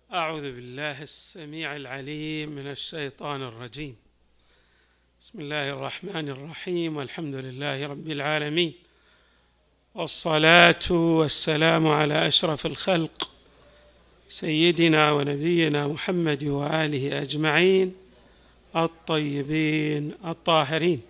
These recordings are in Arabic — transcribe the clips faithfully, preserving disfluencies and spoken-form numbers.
أعوذ بالله السميع العليم من الشيطان الرجيم. بسم الله الرحمن الرحيم، والحمد لله رب العالمين، والصلاة والسلام على أشرف الخلق سيدنا ونبينا محمد وآله أجمعين الطيبين الطاهرين.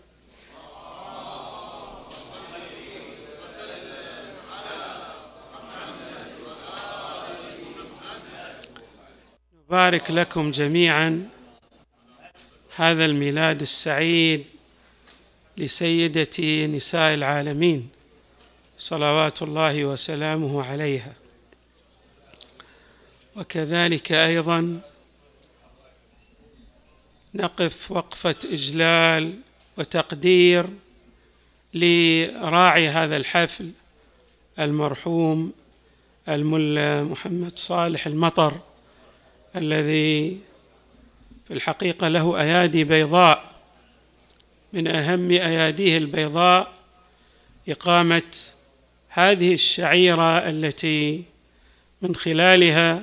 بارك لكم جميعا هذا الميلاد السعيد لسيدة نساء العالمين صلوات الله وسلامه عليها، وكذلك أيضا نقف وقفة إجلال وتقدير لراعي هذا الحفل المرحوم الملا محمد صالح المطر، الذي في الحقيقة له أيادي بيضاء، من أهم أياديه البيضاء إقامة هذه الشعيرة التي من خلالها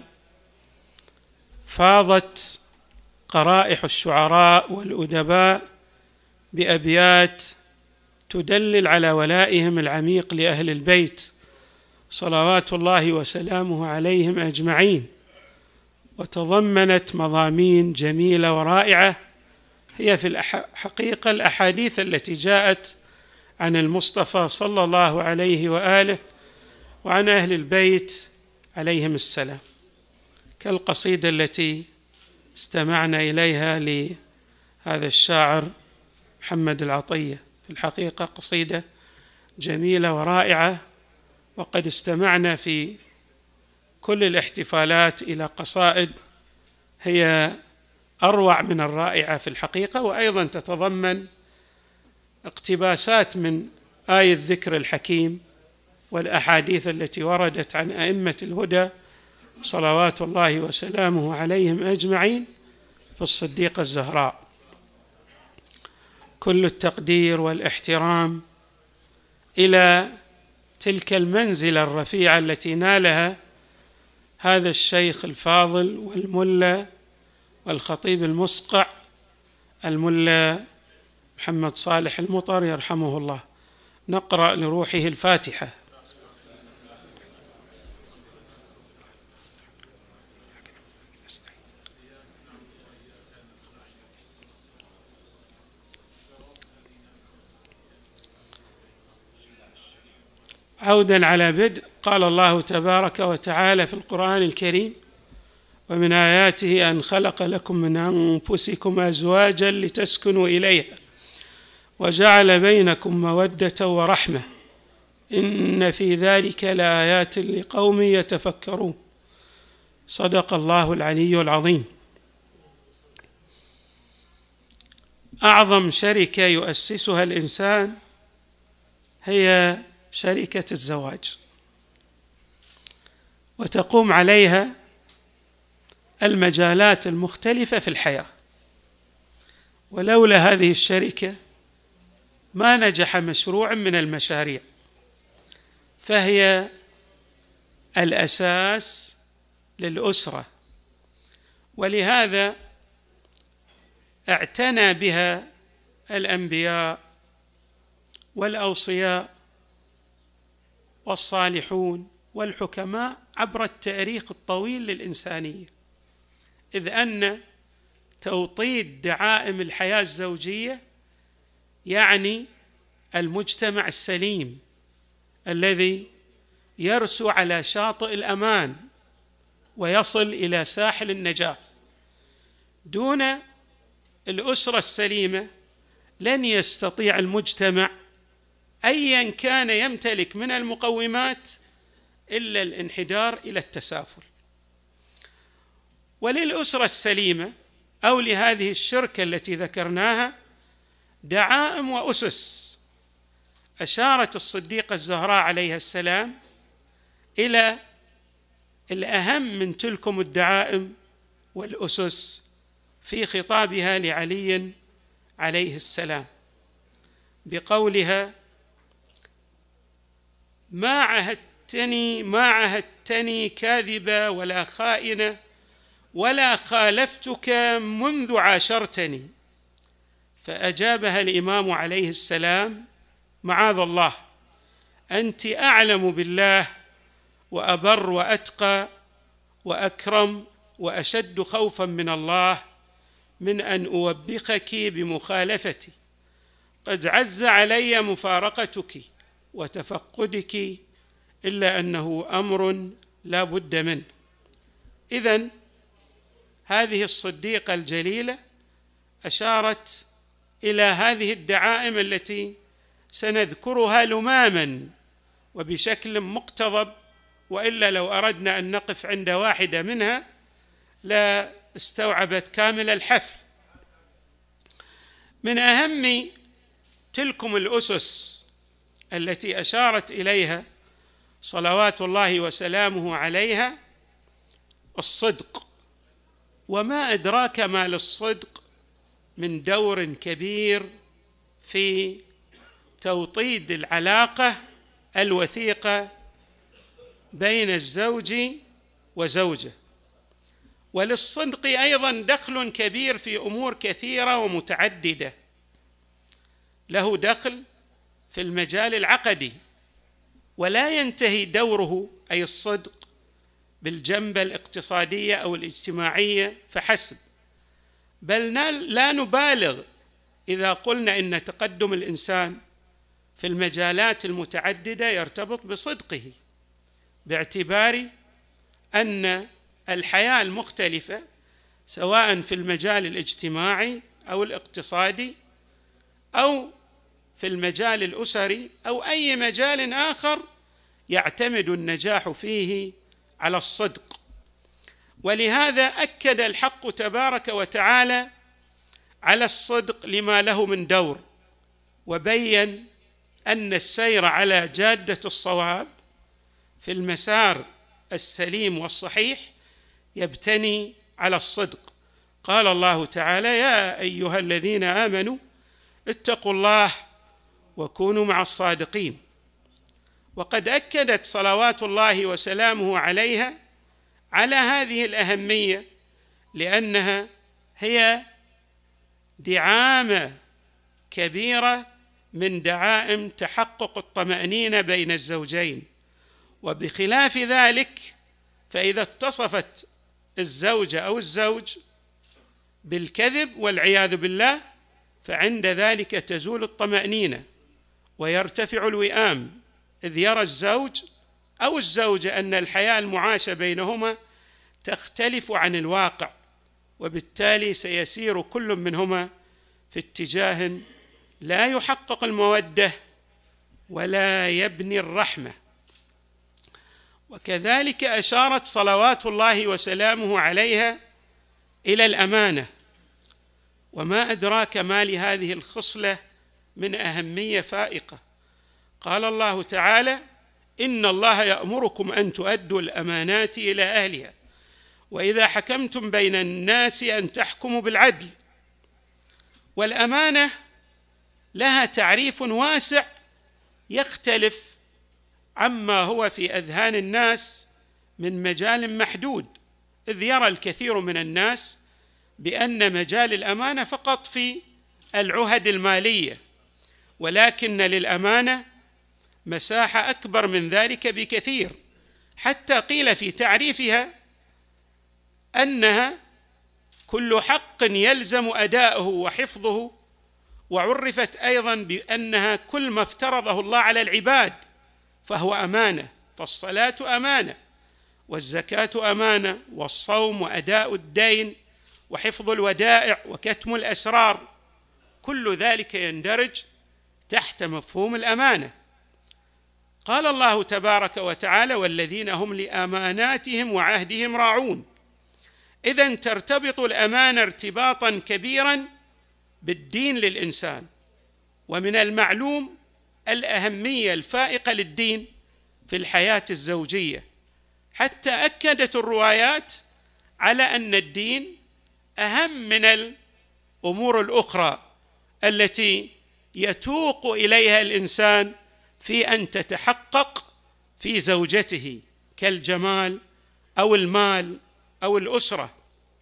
فاضت قرائح الشعراء والأدباء بأبيات تدلل على ولائهم العميق لأهل البيت صلوات الله وسلامه عليهم أجمعين، وتضمنت مضامين جميلة ورائعة هي في الحقيقة الأحاديث التي جاءت عن المصطفى صلى الله عليه وآله وعن أهل البيت عليهم السلام، كالقصيدة التي استمعنا إليها لهذا الشاعر محمد العطية. في الحقيقة قصيدة جميلة ورائعة، وقد استمعنا في كل الاحتفالات إلى قصائد هي أروع من الرائعة في الحقيقة، وأيضا تتضمن اقتباسات من آية الذكر الحكيم والأحاديث التي وردت عن أئمة الهدى صلوات الله وسلامه عليهم أجمعين في الصديقة الزهراء. كل التقدير والاحترام إلى تلك المنزلة الرفيعة التي نالها هذا الشيخ الفاضل والملا والخطيب المصقع الملا محمد صالح المطر يرحمه الله. نقرأ لروحه الفاتحة. عودا على بدء، قال الله تبارك وتعالى في القرآن الكريم: ومن آياته أن خلق لكم من أنفسكم أزواجا لتسكنوا إليها وجعل بينكم مودة ورحمة إن في ذلك لآيات لقوم يتفكرون. صدق الله العلي العظيم. أعظم شركة يؤسسها الإنسان هي شركة الزواج، وتقوم عليها المجالات المختلفة في الحياة، ولولا هذه الشركة ما نجح مشروع من المشاريع، فهي الأساس للأسرة، ولهذا اعتنى بها الأنبياء والأوصياء والصالحون والحكماء عبر التاريخ الطويل للإنسانية، إذ أن توطيد دعائم الحياة الزوجية يعني المجتمع السليم الذي يرسو على شاطئ الأمان ويصل إلى ساحل النجاة. دون الأسرة السليمة لن يستطيع المجتمع أيا كان يمتلك من المقومات إلا الانحدار إلى التسافل. وللأسرة السليمة أو لهذه الشركة التي ذكرناها دعائم وأسس. أشارت الصديقة الزهراء عليها السلام إلى الأهم من تلكم الدعائم والأسس في خطابها لعلي عليه السلام بقولها: ما عهدتني ما عهدتني كاذبة ولا خائنة ولا خالفتك منذ عاشرتني. فأجابها الإمام عليه السلام: معاذ الله، أنت أعلم بالله وأبر وأتقى وأكرم وأشد خوفا من الله من أن أوبخك بمخالفتي. قد عز علي مفارقتك وتفقدك، إلا أنه أمر لا بد منه. إذن هذه الصديقة الجليلة أشارت إلى هذه الدعائم التي سنذكرها لماما وبشكل مقتضب، وإلا لو أردنا أن نقف عند واحدة منها لا استوعبت كامل الحفل. من أهم تلكم الأسس التي أشارت إليها صلوات الله وسلامه عليها الصدق. وما أدراك ما للصدق من دور كبير في توطيد العلاقة الوثيقة بين الزوج وزوجه. وللصدق أيضاً دخل كبير في أمور كثيرة ومتعددة. له دخل في المجال العقدي، ولا ينتهي دوره أي الصدق بالجنبة الاقتصادية أو الاجتماعية فحسب، بل لا نبالغ إذا قلنا إن تقدم الإنسان في المجالات المتعددة يرتبط بصدقه، باعتبار أن الحياة المختلفة سواء في المجال الاجتماعي أو الاقتصادي أو في المجال الأسري أو أي مجال آخر يعتمد النجاح فيه على الصدق. ولهذا أكد الحق تبارك وتعالى على الصدق لما له من دور، وبين أن السير على جادة الصواب في المسار السليم والصحيح يبتني على الصدق. قال الله تعالى: يا أيها الذين آمنوا اتقوا الله وكونوا مع الصادقين. وقد أكدت صلوات الله وسلامه عليها على هذه الأهمية، لأنها هي دعامة كبيرة من دعائم تحقق الطمأنينة بين الزوجين. وبخلاف ذلك فإذا اتصفت الزوجة أو الزوج بالكذب والعياذ بالله فعند ذلك تزول الطمأنينة ويرتفع الوئام، إذ يرى الزوج أو الزوجة أن الحياة المعاشة بينهما تختلف عن الواقع، وبالتالي سيسير كل منهما في اتجاه لا يحقق المودة ولا يبني الرحمة. وكذلك أشارت صلوات الله وسلامه عليها إلى الأمانة. وما أدراك ما لهذه الخصلة من أهمية فائقة. قال الله تعالى: إن الله يأمركم أن تؤدوا الأمانات إلى أهلها وإذا حكمتم بين الناس أن تحكموا بالعدل. والأمانة لها تعريف واسع يختلف عما هو في أذهان الناس من مجال محدود، إذ يرى الكثير من الناس بأن مجال الأمانة فقط في العهد المالية، ولكن للأمانة مساحة أكبر من ذلك بكثير، حتى قيل في تعريفها أنها كل حق يلزم أداؤه وحفظه، وعرفت أيضا بأنها كل ما افترضه الله على العباد فهو أمانة. فالصلاة أمانة، والزكاة أمانة، والصوم وأداء الدين وحفظ الودائع وكتم الأسرار، كل ذلك يندرج تحت مفهوم الأمانة. قال الله تبارك وتعالى: والذين هم لأماناتهم وعهدهم راعون. إذن ترتبط الأمانة ارتباطا كبيرا بالدين للإنسان. ومن المعلوم الأهمية الفائقة للدين في الحياة الزوجية، حتى أكدت الروايات على أن الدين أهم من الأمور الأخرى التي يتوق إليها الإنسان في أن تتحقق في زوجته، كالجمال أو المال أو الأسرة.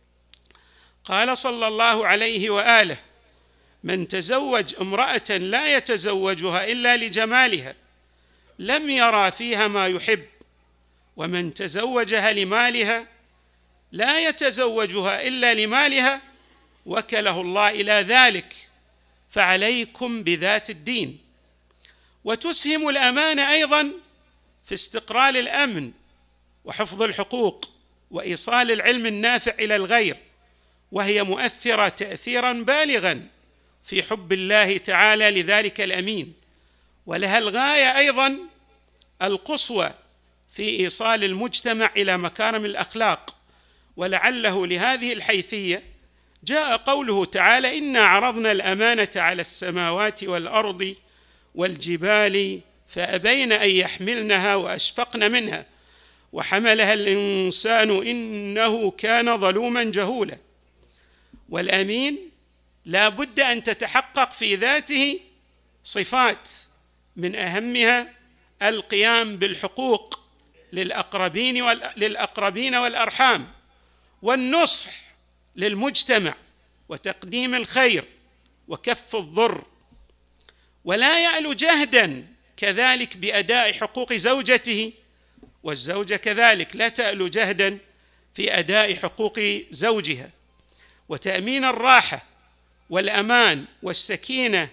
قال صلى الله عليه وآله: من تزوج امرأة لا يتزوجها إلا لجمالها لم يرى فيها ما يحب، ومن تزوجها لمالها لا يتزوجها إلا لمالها وكله الله إلى ذلك، فعليكم بذات الدين. وتسهم الأمانة أيضاً في استقرار الأمن وحفظ الحقوق وإيصال العلم النافع إلى الغير، وهي مؤثرة تأثيراً بالغاً في حب الله تعالى لذلك الأمين، ولها الغاية أيضاً القصوى في إيصال المجتمع إلى مكارم الأخلاق. ولعله لهذه الحيثية جاء قوله تعالى: إنا عرضنا الأمانة على السماوات والأرض والجبال فأبين أن يحملنها وأشفقن منها وحملها الإنسان إنه كان ظلوما جهولا. والأمين لا بد أن تتحقق في ذاته صفات، من أهمها القيام بالحقوق للأقربين للأقربين والأرحام، والنصح للمجتمع، وتقديم الخير وكف الضر. ولا يألو جهداً كذلك بأداء حقوق زوجته، والزوجة كذلك لا تألو جهداً في أداء حقوق زوجها، وتأمين الراحة والأمان والسكينة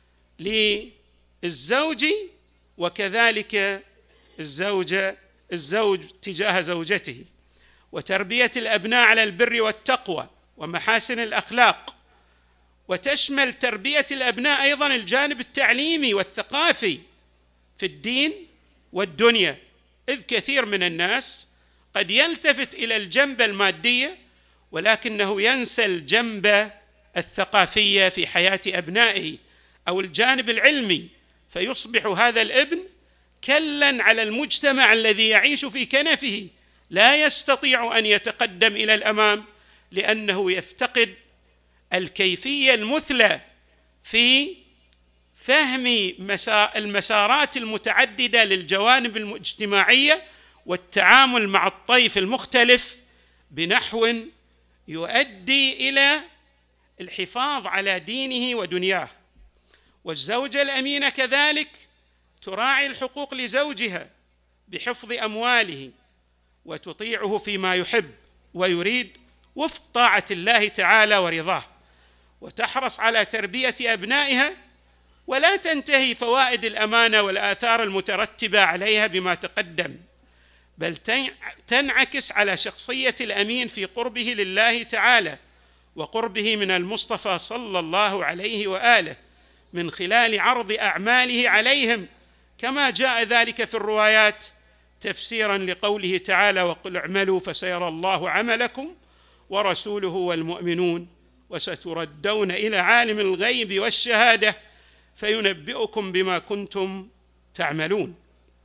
للزوج، وكذلك الزوجة الزوج تجاه زوجته، وتربية الأبناء على البر والتقوى ومحاسن الأخلاق. وتشمل تربية الأبناء أيضاً الجانب التعليمي والثقافي في الدين والدنيا، إذ كثير من الناس قد يلتفت إلى الجنب المادية ولكنه ينسى الجنب الثقافي في حياة أبنائه أو الجانب العلمي، فيصبح هذا الابن كلاً على المجتمع الذي يعيش في كنفه، لا يستطيع أن يتقدم إلى الأمام لأنه يفتقد الكيفية المثلى في فهم المسارات المتعددة للجوانب الاجتماعية والتعامل مع الطيف المختلف بنحو يؤدي إلى الحفاظ على دينه ودنياه. والزوجة الأمينة كذلك تراعي الحقوق لزوجها بحفظ أمواله وتطيعه فيما يحب ويريد وفق طاعة الله تعالى ورضاه، وتحرص على تربية أبنائها، ولا تنتهي فوائد الأمانة والآثار المترتبة عليها بما تقدم، بل تنعكس على شخصية الأمين في قربه لله تعالى وقربه من المصطفى صلى الله عليه وآله من خلال عرض أعماله عليهم، كما جاء ذلك في الروايات تفسيراً لقوله تعالى: وقل اعملوا فسيرى الله عملكم ورسوله والمؤمنون وستردون إلى عالم الغيب والشهادة فينبئكم بما كنتم تعملون.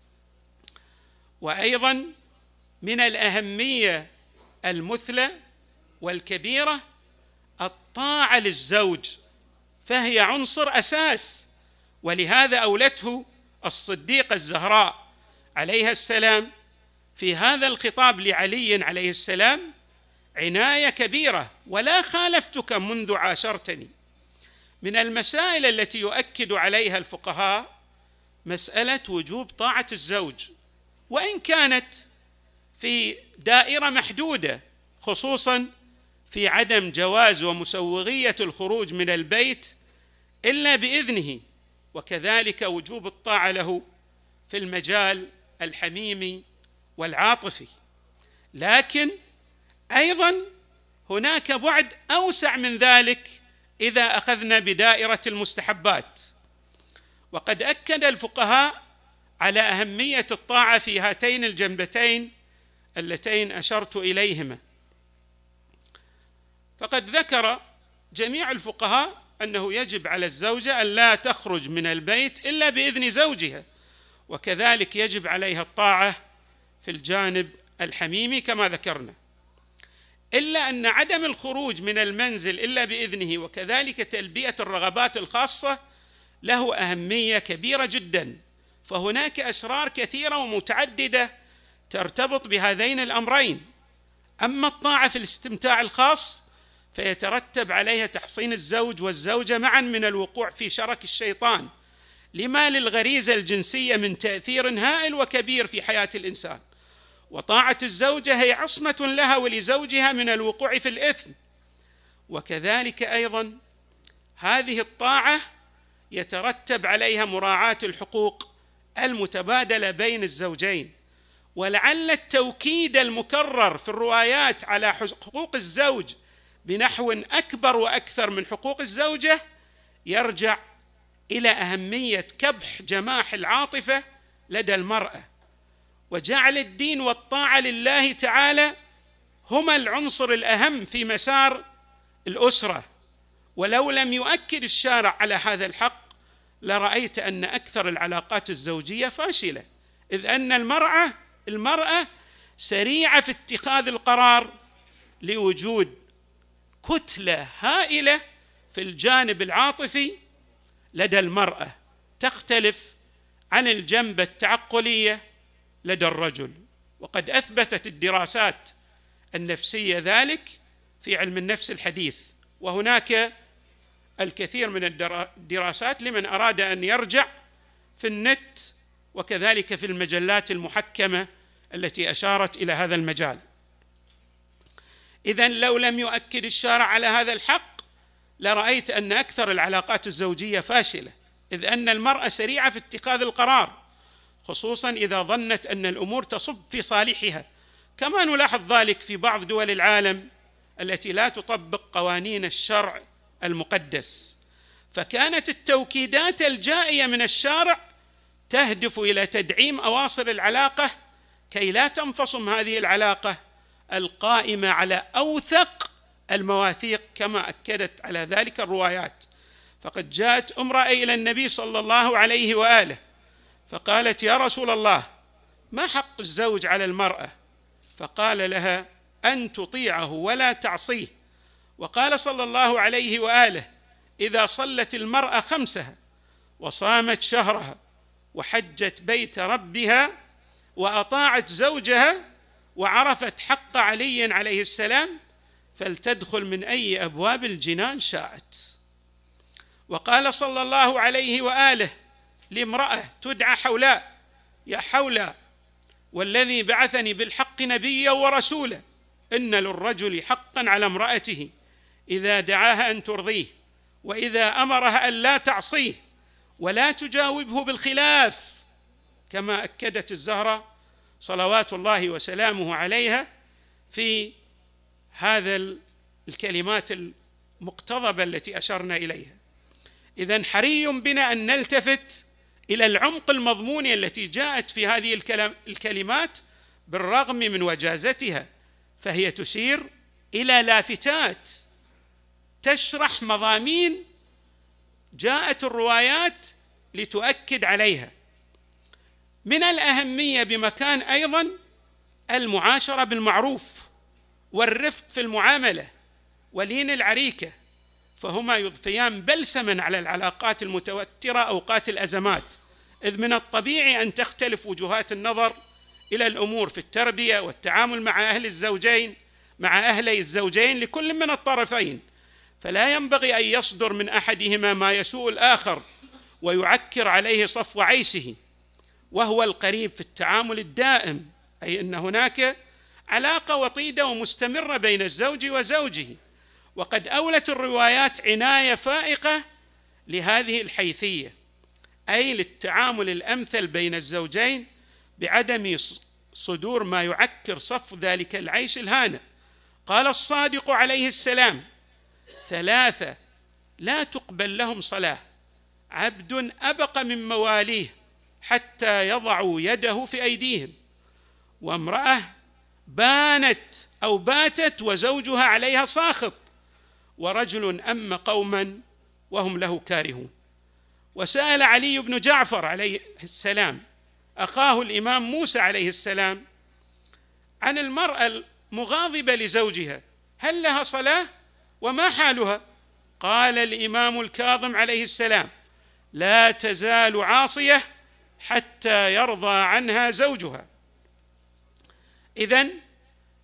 وأيضاً من الأهمية المثلى والكبيرة الطاعة للزوج، فهي عنصر أساس، ولهذا أولته الصديقة الزهراء عليها السلام في هذا الخطاب لعلي عليه السلام عناية كبيرة: ولا خالفتك منذ عاشرتني. من المسائل التي يؤكد عليها الفقهاء مسألة وجوب طاعة الزوج، وإن كانت في دائرة محدودة، خصوصاً في عدم جواز ومسوغية الخروج من البيت إلا بإذنه، وكذلك وجوب الطاعة له في المجال الحميمي والعاطفي. لكن أيضاً هناك بعد أوسع من ذلك إذا أخذنا بدائرة المستحبات، وقد أكد الفقهاء على أهمية الطاعة في هاتين الجنبتين اللتين أشرت إليهما. فقد ذكر جميع الفقهاء أنه يجب على الزوجة أن لا تخرج من البيت إلا بإذن زوجها، وكذلك يجب عليها الطاعة في الجانب الحميمي كما ذكرنا، إلا أن عدم الخروج من المنزل إلا بإذنه وكذلك تلبية الرغبات الخاصة له أهمية كبيرة جدا، فهناك أسرار كثيرة ومتعددة ترتبط بهذين الأمرين. أما الطاعة في الاستمتاع الخاص فيترتب عليها تحصين الزوج والزوجة معا من الوقوع في شرك الشيطان، لما للغريزة الجنسية من تأثير هائل وكبير في حياة الإنسان. وطاعة الزوجة هي عصمة لها ولزوجها من الوقوع في الإثم. وكذلك أيضا هذه الطاعة يترتب عليها مراعاة الحقوق المتبادلة بين الزوجين. ولعل التوكيد المكرر في الروايات على حقوق الزوج بنحو أكبر وأكثر من حقوق الزوجة يرجع إلى أهمية كبح جماح العاطفة لدى المرأة، وجعل الدين والطاعة لله تعالى هما العنصر الأهم في مسار الأسرة. ولو لم يؤكد الشارع على هذا الحق لرأيت أن أكثر العلاقات الزوجية فاشلة، إذ أن المرأة المرأة سريعة في اتخاذ القرار لوجود كتلة هائلة في الجانب العاطفي لدى المرأة تختلف عن الجنبة التعقلية لدى الرجل. وقد أثبتت الدراسات النفسية ذلك في علم النفس الحديث، وهناك الكثير من الدراسات لمن أراد أن يرجع في النت وكذلك في المجلات المحكمة التي أشارت إلى هذا المجال. إذن لو لم يؤكد الشارع على هذا الحق لرأيت أن أكثر العلاقات الزوجية فاشلة، إذ أن المرأة سريعة في اتخاذ القرار، خصوصا إذا ظنت أن الأمور تصب في صالحها، كما نلاحظ ذلك في بعض دول العالم التي لا تطبق قوانين الشرع المقدس. فكانت التوكيدات الجائية من الشارع تهدف إلى تدعيم أواصر العلاقة كي لا تنفصم هذه العلاقة القائمة على أوثق المواثيق، كما أكدت على ذلك الروايات. فقد جاءت امرأة إلى النبي صلى الله عليه وآله فقالت: يا رسول الله، ما حق الزوج على المرأة؟ فقال لها: أن تطيعه ولا تعصيه. وقال صلى الله عليه وآله: إذا صلت المرأة خمسها وصامت شهرها وحجت بيت ربها وأطاعت زوجها وعرفت حق علي عليه السلام فلتدخل من أي أبواب الجنان شاءت. وقال صلى الله عليه وآله لامرأة تدعى حولاء: يا حولاء، والذي بعثني بالحق نبيا ورسولا، إن للرجل حقا على امرأته إذا دعاها أن ترضيه، وإذا أمرها أن لا تعصيه، ولا تجاوبه بالخلاف، كما أكدت الزهرة صلوات الله وسلامه عليها في هذا الكلمات المقتضبة التي أشرنا إليها. إذن حري بنا أن نلتفت إلى العمق المضموني التي جاءت في هذه الكلمات بالرغم من وجازتها، فهي تشير إلى لافتات تشرح مضامين جاءت الروايات لتؤكد عليها. من الأهمية بمكان أيضا المعاشرة بالمعروف والرفق في المعاملة ولين العريكة، فهما يضفيان بلسما على العلاقات المتوترة أوقات الأزمات، إذ من الطبيعي أن تختلف وجهات النظر إلى الأمور في التربية والتعامل مع أهل الزوجين مع أهلي الزوجين لكل من الطرفين، فلا ينبغي أن يصدر من أحدهما ما يسوء الآخر ويعكر عليه صفو عيشه، وهو القريب في التعامل الدائم، أي أن هناك علاقة وطيدة ومستمرة بين الزوج وزوجه. وقد أولت الروايات عناية فائقة لهذه الحيثية، أي للتعامل الأمثل بين الزوجين بعدم صدور ما يعكر صفو ذلك العيش الهانئ. قال الصادق عليه السلام: ثلاثة لا تقبل لهم صلاة: عبد أبق من مواليه حتى يضعوا يده في أيديهم، وامرأة بانت أو باتت وزوجها عليها ساخط، ورجل أم قوما وهم له كارهون. وسأل علي بن جعفر عليه السلام أخاه الإمام موسى عليه السلام عن المرأة المغاضبة لزوجها: هل لها صلاة وما حالها؟ قال الإمام الكاظم عليه السلام: لا تزال عاصية حتى يرضى عنها زوجها. إذن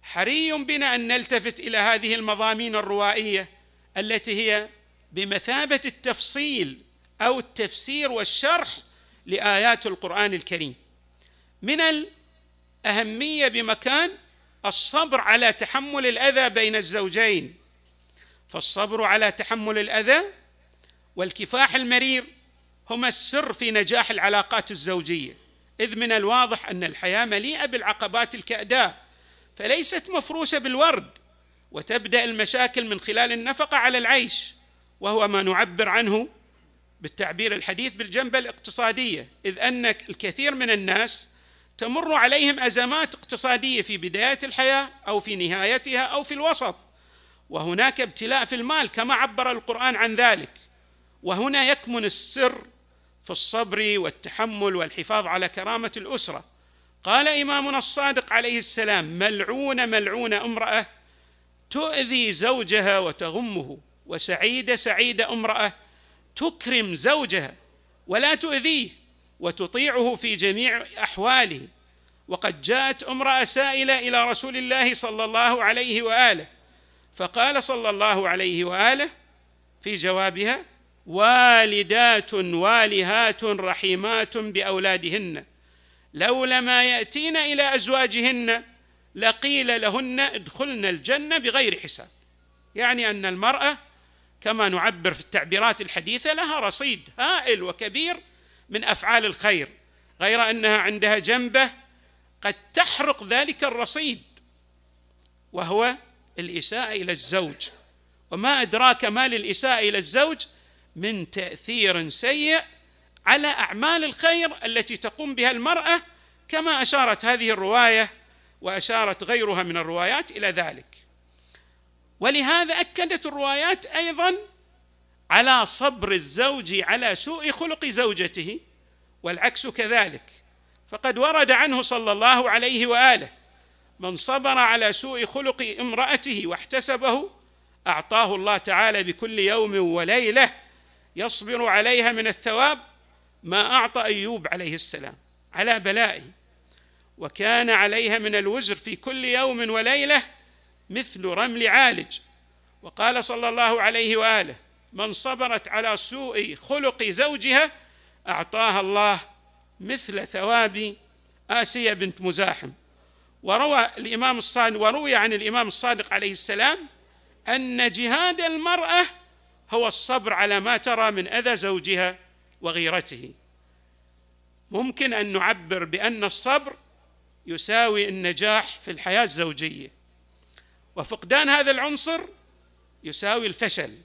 حري بنا أن نلتفت إلى هذه المضامين الروائية التي هي بمثابة التفصيل أو التفسير والشرح لآيات القرآن الكريم. من الأهمية بمكان الصبر على تحمل الأذى بين الزوجين، فالصبر على تحمل الأذى والكفاح المرير هما السر في نجاح العلاقات الزوجية، إذ من الواضح أن الحياة مليئة بالعقبات الكأداء، فليست مفروشة بالورد، وتبدأ المشاكل من خلال النفقة على العيش، وهو ما نعبر عنه بالتعبير الحديث بالجنبة الاقتصادية، إذ أن الكثير من الناس تمر عليهم أزمات اقتصادية في بداية الحياة أو في نهايتها أو في الوسط، وهناك ابتلاء في المال كما عبر القرآن عن ذلك. وهنا يكمن السر في الصبر والتحمل والحفاظ على كرامة الأسرة. قال إمامنا الصادق عليه السلام: ملعون ملعون امرأة تؤذي زوجها وتغمه، وسعيدة سعيدة امرأة تكرم زوجها ولا تؤذيه وتطيعه في جميع أحواله. وقد جاءت امرأة سائلة إلى رسول الله صلى الله عليه وآله، فقال صلى الله عليه وآله في جوابها: والدات والهات رحيمات بأولادهن لولا ما يأتين إلى أزواجهن لقيل لهن ادخلن الجنة بغير حساب. يعني أن المرأة كما نعبر في التعبيرات الحديثة لها رصيد هائل وكبير من أفعال الخير، غير أنها عندها جنبة قد تحرق ذلك الرصيد، وهو الإساءة إلى الزوج. وما أدراك ما للإساءة إلى الزوج من تأثير سيء على أعمال الخير التي تقوم بها المرأة، كما أشارت هذه الرواية وأشارت غيرها من الروايات إلى ذلك. ولهذا أكدت الروايات أيضا على صبر الزوج على سوء خلق زوجته، والعكس كذلك، فقد ورد عنه صلى الله عليه وآله: من صبر على سوء خلق امرأته واحتسبه أعطاه الله تعالى بكل يوم وليلة يصبر عليها من الثواب ما أعطى أيوب عليه السلام على بلائه، وكان عليها من الوزر في كل يوم وليلة مثل رمل عالج. وقال صلى الله عليه وآله: من صبرت على سوء خلق زوجها أعطاها الله مثل ثواب آسية بنت مزاحم. وروى الإمام الصادق وروي عن الإمام الصادق عليه السلام أن جهاد المرأة هو الصبر على ما ترى من أذى زوجها وغيرته. ممكن أن نعبر بأن الصبر يساوي النجاح في الحياة الزوجية، وفقدان هذا العنصر يساوي الفشل.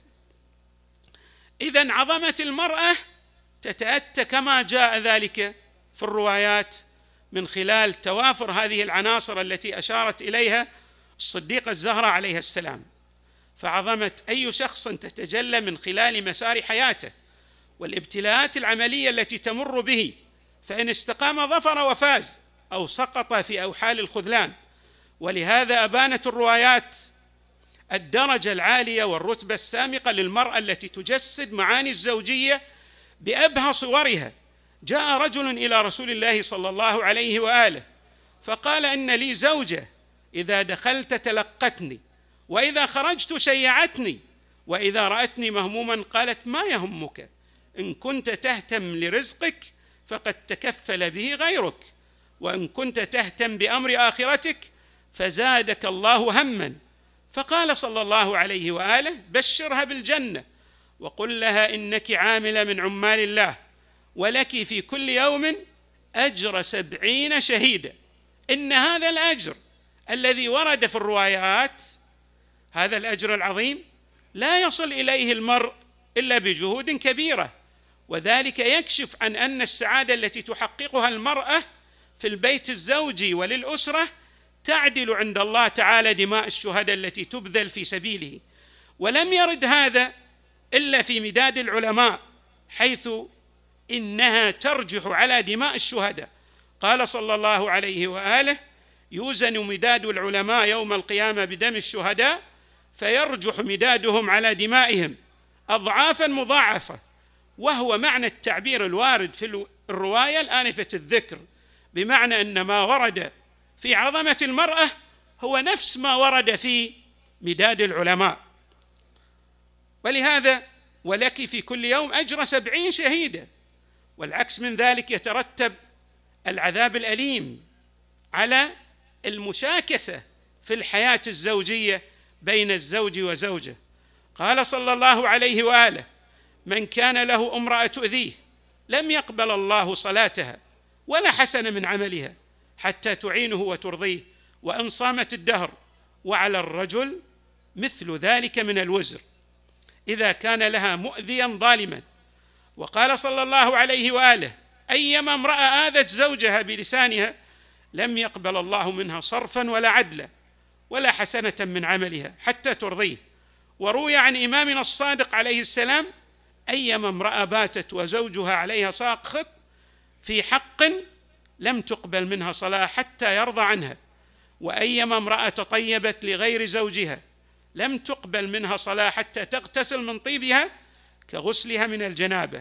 إذن عظمة المرأة تتأتى كما جاء ذلك في الروايات من خلال توافر هذه العناصر التي أشارت إليها الصديقة الزهراء عليها السلام. فعظمة أي شخص تتجلى من خلال مسار حياته والابتلاءات العملية التي تمر به، فإن استقام ظفر وفاز، أو سقط في أوحال الخذلان. ولهذا أبانت الروايات الدرجة العالية والرتبة السامقة للمرأة التي تجسد معاني الزوجية بأبهى صورها. جاء رجل إلى رسول الله صلى الله عليه وآله فقال: إن لي زوجة إذا دخلت تلقتني، وإذا خرجت شيعتني، وإذا رأتني مهموما قالت: ما يهمك؟ إن كنت تهتم لرزقك فقد تكفل به غيرك، وإن كنت تهتم بأمر آخرتك فزادك الله هما. فقال صلى الله عليه وآله: بشرها بالجنة، وقل لها إنك عاملة من عمال الله، ولك في كل يوم أجر سبعين شهيدا. إن هذا الأجر الذي ورد في الروايات، هذا الأجر العظيم، لا يصل إليه المرء إلا بجهود كبيرة، وذلك يكشف عن أن السعادة التي تحققها المرأة في البيت الزوجي وللأسرة تعدل عند الله تعالى دماء الشهداء التي تبذل في سبيله. ولم يرد هذا إلا في مداد العلماء، حيث إنها ترجح على دماء الشهداء. قال صلى الله عليه وآله: يوزن مداد العلماء يوم القيامة بدم الشهداء فيرجح مدادهم على دمائهم أضعافا مضاعفة. وهو معنى التعبير الوارد في الرواية الآنفة الذكر، بمعنى أن ما ورد في عظمة المرأة هو نفس ما ورد في مداد العلماء. ولهذا ولك في كل يوم أجر سبعين شهيدا، والعكس من ذلك يترتب العذاب الأليم على المشاكسة في الحياة الزوجية بين الزوج وزوجه. قال صلى الله عليه وآله: من كان له امرأة تؤذيه لم يقبل الله صلاتها ولا حسن من عملها حتى تعينه وترضيه وإن صامت الدهر، وعلى الرجل مثل ذلك من الوزر إذا كان لها مؤذيا ظالما. وقال صلى الله عليه وآله: أيما امرأة آذت زوجها بلسانها لم يقبل الله منها صرفا ولا عدلا ولا حسنة من عملها حتى ترضيه. وروي عن إمامنا الصادق عليه السلام: أيما امرأة باتت وزوجها عليها ساخط في حق لم تقبل منها صلاة حتى يرضى عنها، وأيما امرأة تطيبت لغير زوجها لم تقبل منها صلاة حتى تغتسل من طيبها كغسلها من الجنابة.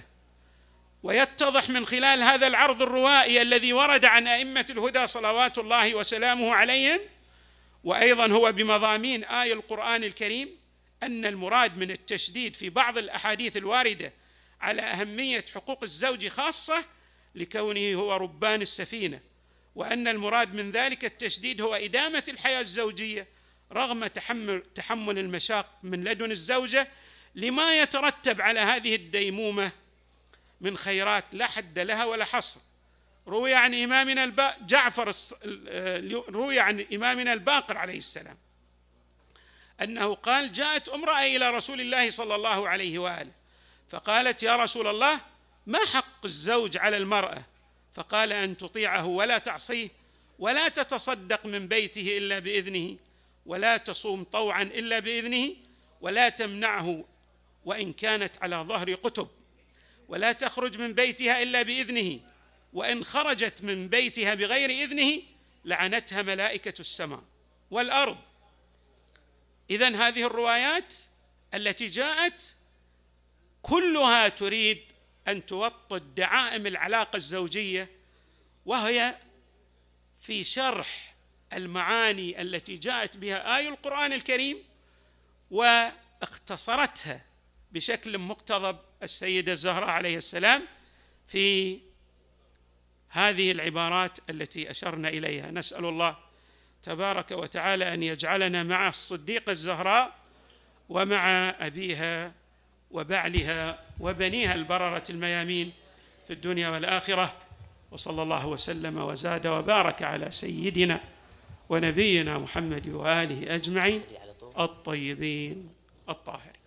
ويتضح من خلال هذا العرض الروائي الذي ورد عن أئمة الهدى صلوات الله وسلامه عليهم، وأيضا هو بمضامين آية القرآن الكريم، أن المراد من التشديد في بعض الأحاديث الواردة على أهمية حقوق الزوج خاصة لكونه هو ربان السفينة، وأن المراد من ذلك التشديد هو إدامة الحياة الزوجية رغم تحمل, تحمل المشاق من لدن الزوجة لما يترتب على هذه الديمومة من خيرات لا حد لها ولا حصر. روي عن إمامنا الب... جعفر الص... روي عن إمامنا الباقر عليه السلام أنه قال: جاءت امرأة إلى رسول الله صلى الله عليه وآله فقالت: يا رسول الله، ما حق الزوج على المرأة؟ فقال: أن تطيعه ولا تعصيه، ولا تتصدق من بيته إلا بإذنه، ولا تصوم طوعا إلا بإذنه، ولا تمنعه وإن كانت على ظهر قطب، ولا تخرج من بيتها إلا بإذنه، وإن خرجت من بيتها بغير إذنه لعنتها ملائكة السماء والأرض. إذن هذه الروايات التي جاءت كلها تريد أن توطد دعائم العلاقة الزوجية، وهي في شرح المعاني التي جاءت بها آية القرآن الكريم واختصرتها بشكل مقتضب السيدة الزهراء عليه السلام في هذه العبارات التي أشرنا إليها. نسأل الله تبارك وتعالى أن يجعلنا مع الصديقة الزهراء ومع أبيها وبعلها وبنيها البررة الميامين في الدنيا والآخرة. وصلى الله وسلم وزاد وبارك على سيدنا ونبينا محمد وآله أجمعين الطيبين الطاهرين.